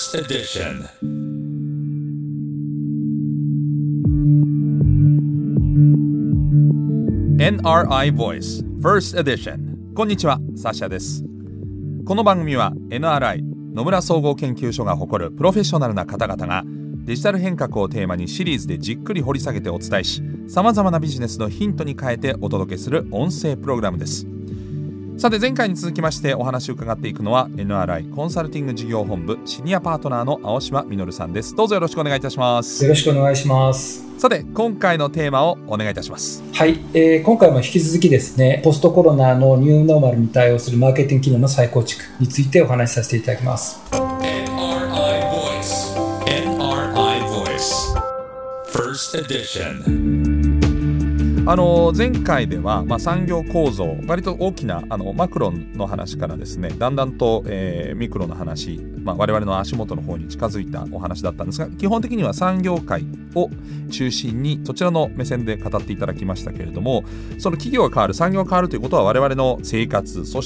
First Edition NRI Voice First Edition。 こんにちは、サッシャです。この番組は NRI 野村総合研究所が誇るプロフェッショナルな方々がデジタル変革をテーマにシリーズでじっくり掘り下げてお伝えし、さまざまなビジネスのヒントに変えてお届けする音声プログラムです。さて、前回に続きましてお話を伺っていくのは NRI コンサルティング事業本部シニアパートナーの青島実さんです。どうぞよろしくお願いいたします。 よろしくお願いします。 さて、今回のテーマをお願いいたします。 はい、今回も引き続きですね、ポストコロナのニューノーマルに対応するマーケティング機能の再構築についてお話しさせていただきます。 NRI Voice First Edition。前回では、産業構造、割と大きなマクロの話からですね、だんだんと、ミクロの話、我々の足元の方に近づいたお話だったんですが、基本的には産業界を中心にそちらの目線で語っていただきましたけれども、その企業が変わる、産業が変わるということは我々の生活、そして、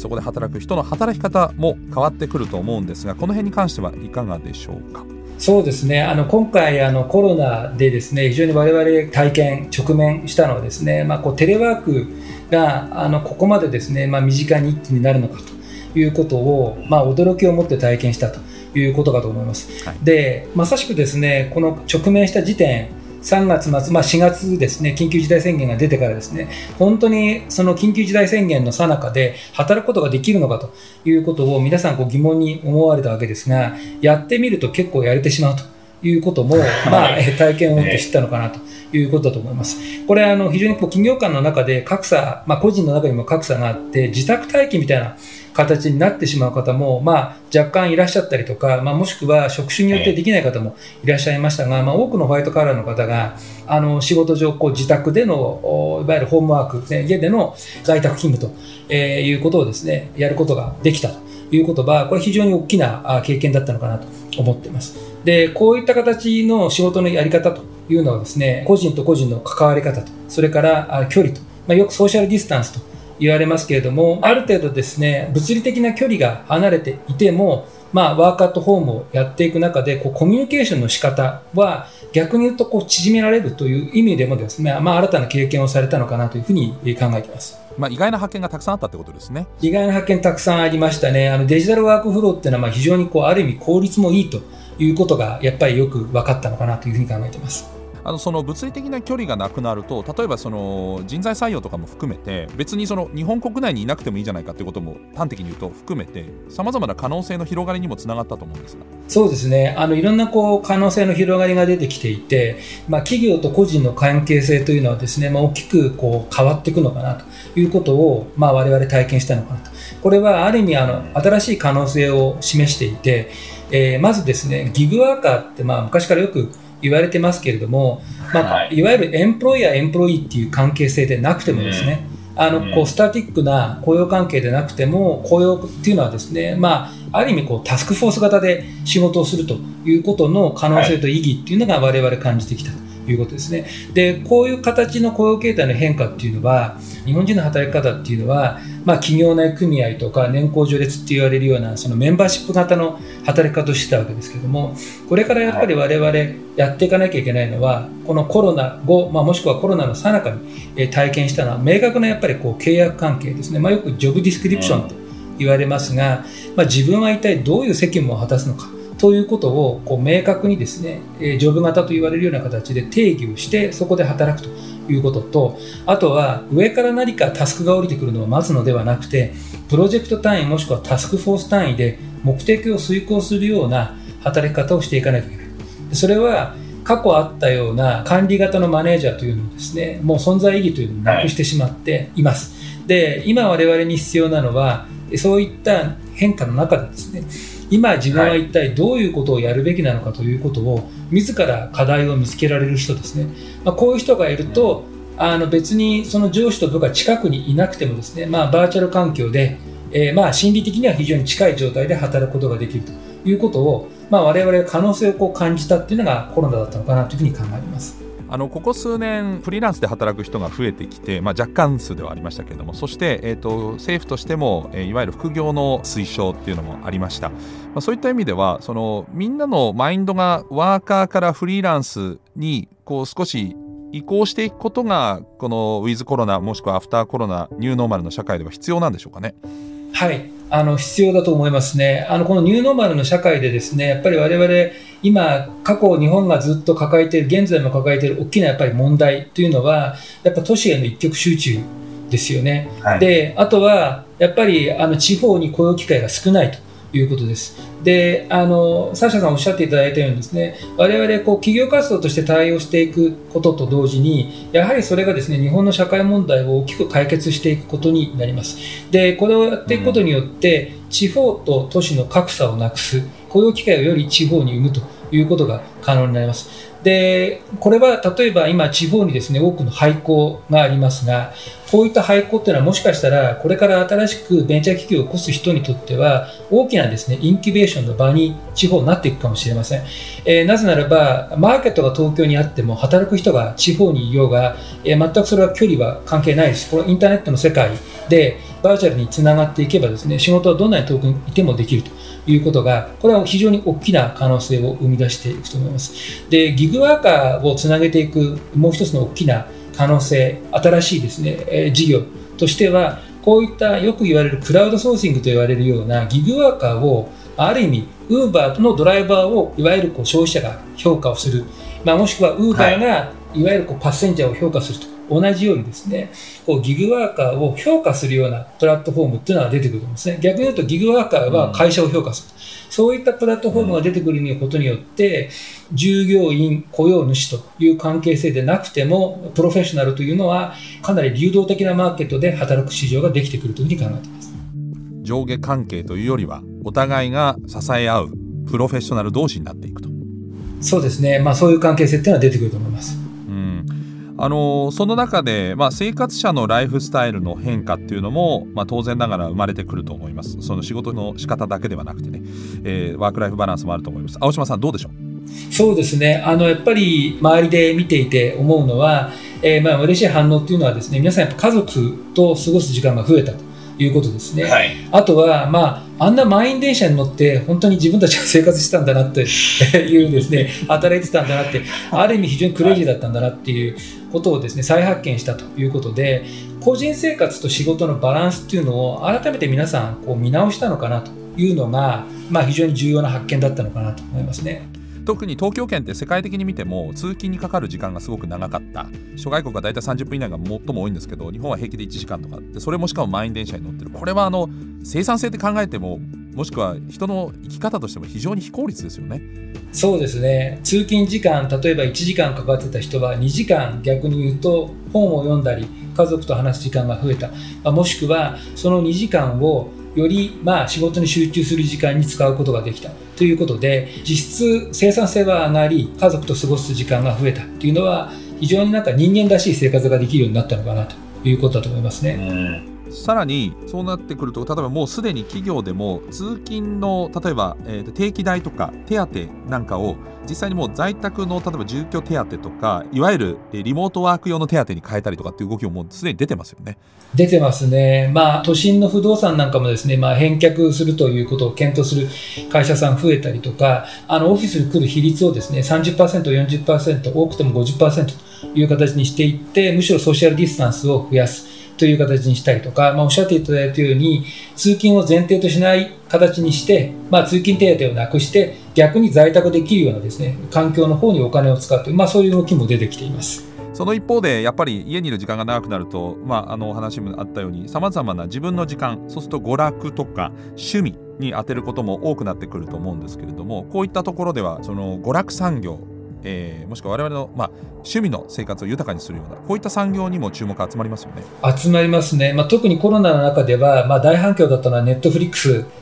そこで働く人の働き方も変わってくると思うんですが、この辺に関してはいかがでしょうか。 そうですね、今回コロナでですね、非常に我々体験直面したのはですね、テレワークがここまでですね、身近に一気になるのかということを、驚きを持って体験したということかと思います、はい。で、まさしくですね、この直面した時点、3月末、4月ですね、緊急事態宣言が出てからですね、本当にその緊急事態宣言の最中で働くことができるのかということを皆さん疑問に思われたわけですが、やってみると結構やれてしまうということも、体験を持って知ったのかなということだと思います。これ非常に企業間の中で格差、個人の中にも格差があって、自宅待機みたいな形になってしまう方も、若干いらっしゃったりとか、もしくは職種によってできない方もいらっしゃいましたが、多くのホワイトカラーの方が仕事上自宅でのいわゆるホームワーク、家での在宅勤務ということをですね、やることができたということは、これ非常に大きな経験だったのかなと思っています。で、こういった形の仕事のやり方というのはですね、個人と個人の関わり方と、それから距離と、よくソーシャルディスタンスと言われますけれども、ある程度ですね、物理的な距離が離れていても、ワークアットホームをやっていく中で、コミュニケーションの仕方は逆に言うと縮められるという意味でもですね、新たな経験をされたのかなというふうに考えています。 意外な発見がたくさんあったってことですね。 意外な発見たくさんありましたね。デジタルワークフローっていうのは非常にある意味効率もいいということがやっぱりよく分かったのかなというふうに考えています。 その物理的な距離がなくなると、例えばその人材採用とかも含めて、別にその日本国内にいなくてもいいじゃないかということも端的に言うと含めて、さまざまな可能性の広がりにもつながったと思うんですが。 そうですね、いろんな可能性の広がりが出てきていて、企業と個人の関係性というのはですね、大きく変わっていくのかなということを、我々体験したのかなと。これはある意味新しい可能性を示していて、まずですね、ギグワーカーって昔からよく言われてますけれども、いわゆるエンプロイヤーエンプロイーっていう関係性でなくてもですね、スタティックな雇用関係でなくても、雇用っていうのはですね、ある意味タスクフォース型で仕事をするということの可能性と意義っていうのが我々感じてきたということですね。で、こういう形の雇用形態の変化っていうのは、日本人の働き方っていうのは、企業内組合とか年功序列って言われるようなそのメンバーシップ型の働き方をしてたわけですけども、これからやっぱり我々やっていかなきゃいけないのは、このコロナ後、もしくはコロナの最中に体験したのは明確なやっぱり契約関係ですね。よくジョブディスクリプションと言われますが、自分は一体どういう責務を果たすのかということを明確にですね、ジョブ型と言われるような形で定義をしてそこで働くということと、あとは上から何かタスクが降りてくるのを待つのではなくて、プロジェクト単位もしくはタスクフォース単位で目的を遂行するような働き方をしていかなきゃいけない。それは過去あったような管理型のマネージャーというのをですね、もう存在意義というのをなくしてしまっています。で、今我々に必要なのは、そういった変化の中でですね、今自分は一体どういうことをやるべきなのかということを自ら課題を見つけられる人ですね。こういう人がいると、別にその上司と部下近くにいなくてもですね、バーチャル環境で、心理的には非常に近い状態で働くことができるということを、我々が可能性を感じたっていうのがコロナだったのかなというふうに考えます。 ここ数年フリーランスで働く人が増えてきて、若干数ではありましたけれども、そして、政府としても、いわゆる副業の推奨っていうのもありました。そういった意味ではみんなのマインドがワーカーからフリーランスにこう少し移行していくことがこのウィズコロナもしくはアフターコロナニューノーマルの社会では必要なんでしょうかね。 はい、必要だと思いますね。このニューノーマルの社会でですね、やっぱり我々今過去日本がずっと抱えている、現在も抱えている大きなやっぱり問題というのはやっぱ都市への一極集中ですよね。はい、であとはやっぱり地方に雇用機会が少ないということです。でサーシャさんおっしゃっていただいたようにですね、我々企業活動として対応していくことと同時にやはりそれがですね日本の社会問題を大きく解決していくことになります。でこれをやっていくことによって、地方と都市の格差をなくす、雇用機会をより地方に生むということが可能になります。でこれは例えば今地方にですね多くの廃校がありますが、こういった廃校というのはもしかしたらこれから新しくベンチャー企業を起こす人にとっては大きなですねインキュベーションの場に地方になっていくかもしれません。なぜならばマーケットが東京にあっても働く人が地方にいようが、全くそれは距離は関係ないです。このインターネットの世界でバーチャルにつながっていけばですね仕事はどんなに遠くにいてもできるということが、これは非常に大きな可能性を生み出していくと思います。でギグワーカーをつなげていくもう一つの大きな可能性、新しいですね、事業としてはこういったよく言われるクラウドソーシングと言われるようなギグワーカーをある意味ウーバーのドライバーをいわゆる消費者が評価をする、もしくはウーバーがいわゆるパッセンジャーを評価すると同じようにですねギグワーカーを評価するようなプラットフォームというのが出てくるんですね。逆に言うとギグワーカーは会社を評価する、そういったプラットフォームが出てくることによって従業員雇用主という関係性でなくてもプロフェッショナルというのはかなり流動的なマーケットで働く市場ができてくるというふうに考えています。 上下関係というよりはお互いが支え合うプロフェッショナル同士になっていくと。 そうですね、そういう関係性というのは出てくると思います。 その中で、生活者のライフスタイルの変化っていうのも、当然ながら生まれてくると思います。その仕事の仕方だけではなくてね、ワークライフバランスもあると思います。青島さんどうでしょう？ そうですね、やっぱり周りで見ていて思うのは、嬉しい反応っていうのはですね、皆さんやっぱ家族と過ごす時間が増えたということですね。はい、あとは、あんな満員電車に乗って本当に自分たちが生活してたんだなっていうですね働いてたんだなって、ある意味非常にクレイジーだったんだなっていうことをですね再発見したということで、個人生活と仕事のバランスっていうのを改めて皆さん見直したのかなというのが、非常に重要な発見だったのかなと思いますね。 特に東京圏って世界的に見ても通勤にかかる時間がすごく長かった。諸外国はだいたい30分以内が最も多いんですけど、日本は平気で1時間とかで、それもしかも満員電車に乗ってる。これは生産性って考えても、もしくは人の生き方としても非常に非効率ですよね。 そうですね、通勤時間例えば1時間かかってた人は2時間逆に言うと本を読んだり家族と話す時間が増えた、もしくはその2時間をより仕事に集中する時間に使うことができたということで、実質生産性は上がり家族と過ごす時間が増えたというのは非常に人間らしい生活ができるようになったのかなということだと思いますね。 さらにそうなってくると、例えばもうすでに企業でも通勤の例えば、定期代とか手当なんかを実際にもう在宅の例えば住居手当とかいわゆるリモートワーク用の手当に変えたりとかっていう動きももうすでに出てますよね。 出てますね。都心の不動産なんかもですね、返却するということを検討する会社さん増えたりとか、オフィスに来る比率をですね 30%、40%、多くても 50% という形にしていって、むしろソーシャルディスタンスを増やすという形にしたりとか、おっしゃっていただいたように通勤を前提としない形にして、通勤手当をなくして逆に在宅できるようなですね環境の方にお金を使うという、そういう動きも出てきています。 その一方でやっぱり家にいる時間が長くなると、お話もあったように様々な自分の時間、そうすると娯楽とか趣味に当てることも多くなってくると思うんですけれども、こういったところではその娯楽産業、もしくは我々の、趣味の生活を豊かにするようなこういった産業にも注目が集まりますよね。 集まりますね。特にコロナの中では、大反響だったのはネットフリックス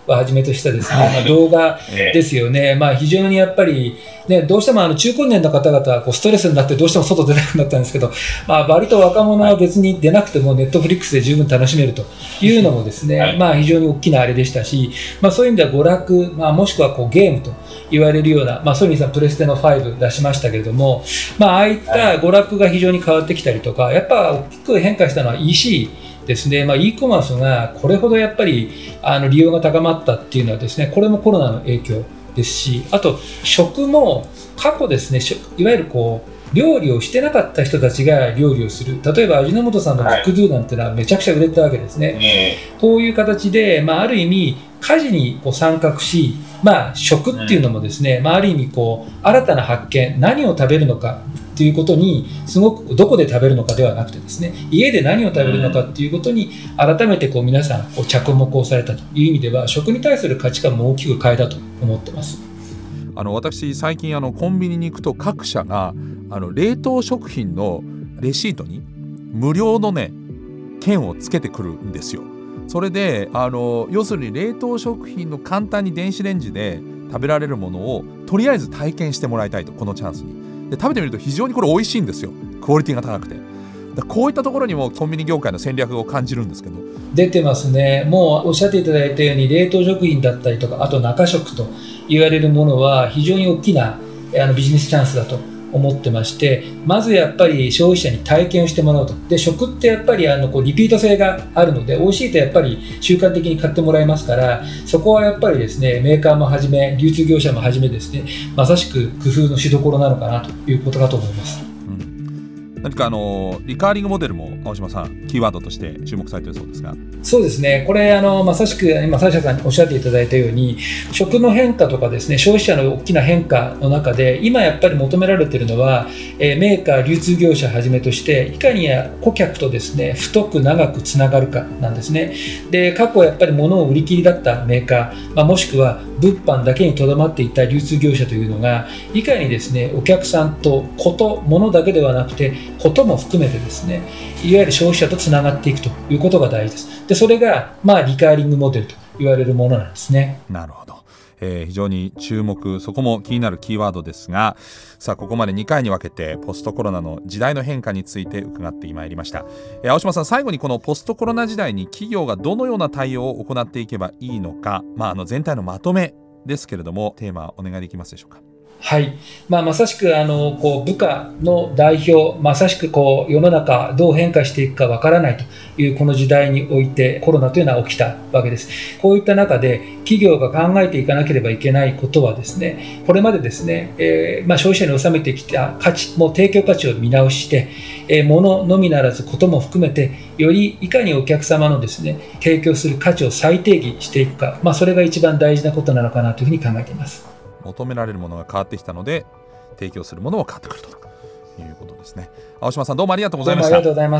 をはじめとしたですね、動画ですよね、非常にやっぱり、ね、どうしても中高年の方々はこうストレスになってどうしても外出なくなったんですけど、割と若者は別に出なくてもネットフリックスで十分楽しめるというのもですね、非常に大きなあれでしたし、そういう意味では娯楽、もしくはこうゲームと言われるような、ソニーさんプレステの5出しましたけれども、ああいった娯楽が非常に変わってきたりとか、やっぱ大きく変化したのは ECですね、e コマースがこれほどやっぱり利用が高まったっていうのはですね、これもコロナの影響ですし、あと食も過去ですね、いわゆるこう料理をしてなかった人たちが料理をする、例えば味の素さんのクックドゥなんてのはめちゃくちゃ売れたわけですね、こういう形で、ある意味家事にこう参画し、食っていうのもですね、ある意味こう新たな発見、何を食べるのかということにすごくどこで食べるのかではなくてですね、家で何を食べるのかということに改めてこう皆さんこう着目をされたという意味では、食に対する価値観も大きく変えたと思ってます。 私最近コンビニに行くと各社が冷凍食品のレシートに無料のね券をつけてくるんですよ。それで要するに冷凍食品の簡単に電子レンジで食べられるものをとりあえず体験してもらいたいと、このチャンスにで食べてみると非常にこれ美味しいんですよ。クオリティが高くて、こういったところにもコンビニ業界の戦略を感じるんですけど。 出てますね。もうおっしゃっていただいたように冷凍食品だったりとか、あと中食と言われるものは非常に大きなビジネスチャンスだと思ってまして、まずやっぱり消費者に体験をしてもらうと。で、食ってやっぱりこうリピート性があるので、美味しいとやっぱり習慣的に買ってもらえますから、そこはやっぱりですね、メーカーもはじめ流通業者もはじめですね、まさしく工夫のしどころなのかなということかと思います。 何かリカーリングモデルも青島さんキーワードとして注目されているそうですが。 そうですね、これまさしく今サシャさんにおっしゃっていただいたように、食の変化とかですね、消費者の大きな変化の中で今やっぱり求められているのは、メーカー流通業者はじめとしていかに顧客とですね太く長くつながるかなんですね。で、過去やっぱり物を売り切りだったメーカー、もしくは物販だけにとどまっていた流通業者というのが、いかにですねお客さんと物だけではなくてことも含めてですね、いわゆる消費者とつながっていくということが大事です。で、それがリカーリングモデルと言われるものなんですね。 なるほど、非常に注目、そこも気になるキーワードですが、さあここまで2回に分けてポストコロナの時代の変化について伺ってまいりました。青島さん、最後にこのポストコロナ時代に企業がどのような対応を行っていけばいいのか、全体のまとめですけれども、テーマお願いできますでしょうか。 はい、まさしくこう部下の代表、まさしくこう世の中どう変化していくかわからないというこの時代においてコロナというのは起きたわけです。こういった中で企業が考えていかなければいけないことはですね、これまでですね、消費者に納めてきた価値も提供価値を見直して、物のみならずことも含めてよりいかにお客様のですね提供する価値を再定義していくか、それが一番大事なことなのかなというふうに考えています。 求められるものが変わってきたので提供するものも変わってくるということですね。青島さん、どうもありがとうございました。 どうもありがとうございます。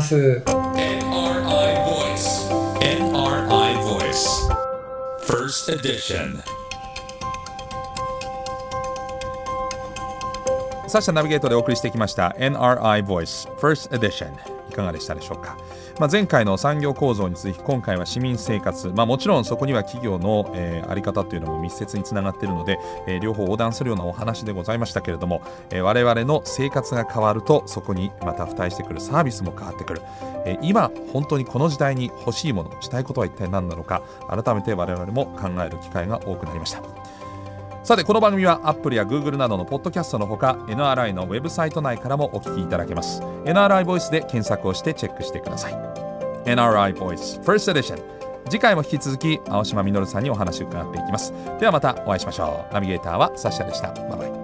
NRI Voice First Edition。 サッシャナビゲートでお送りしてきました NRI Voice First Edition、 いかがでしたでしょうか。前回の産業構造に続き今回は市民生活、もちろんそこには企業の、在り方というのも密接につながっているので、両方横断するようなお話でございましたけれども、我々の生活が変わるとそこにまた付帯してくるサービスも変わってくる。今本当にこの時代に欲しいもの、したいことは一体何なのか、改めて我々も考える機会が多くなりました。さて、この番組は Apple や Google などのポッドキャストのほか NRI のウェブサイト内からもお聞きいただけます。 NRI Voice で検索をしてチェックしてください。 NRI Voice First Edition、 次回も引き続き青島実さんにお話を伺っていきます。ではまたお会いしましょう。ナビゲーターはサッシャでした。バイバイ。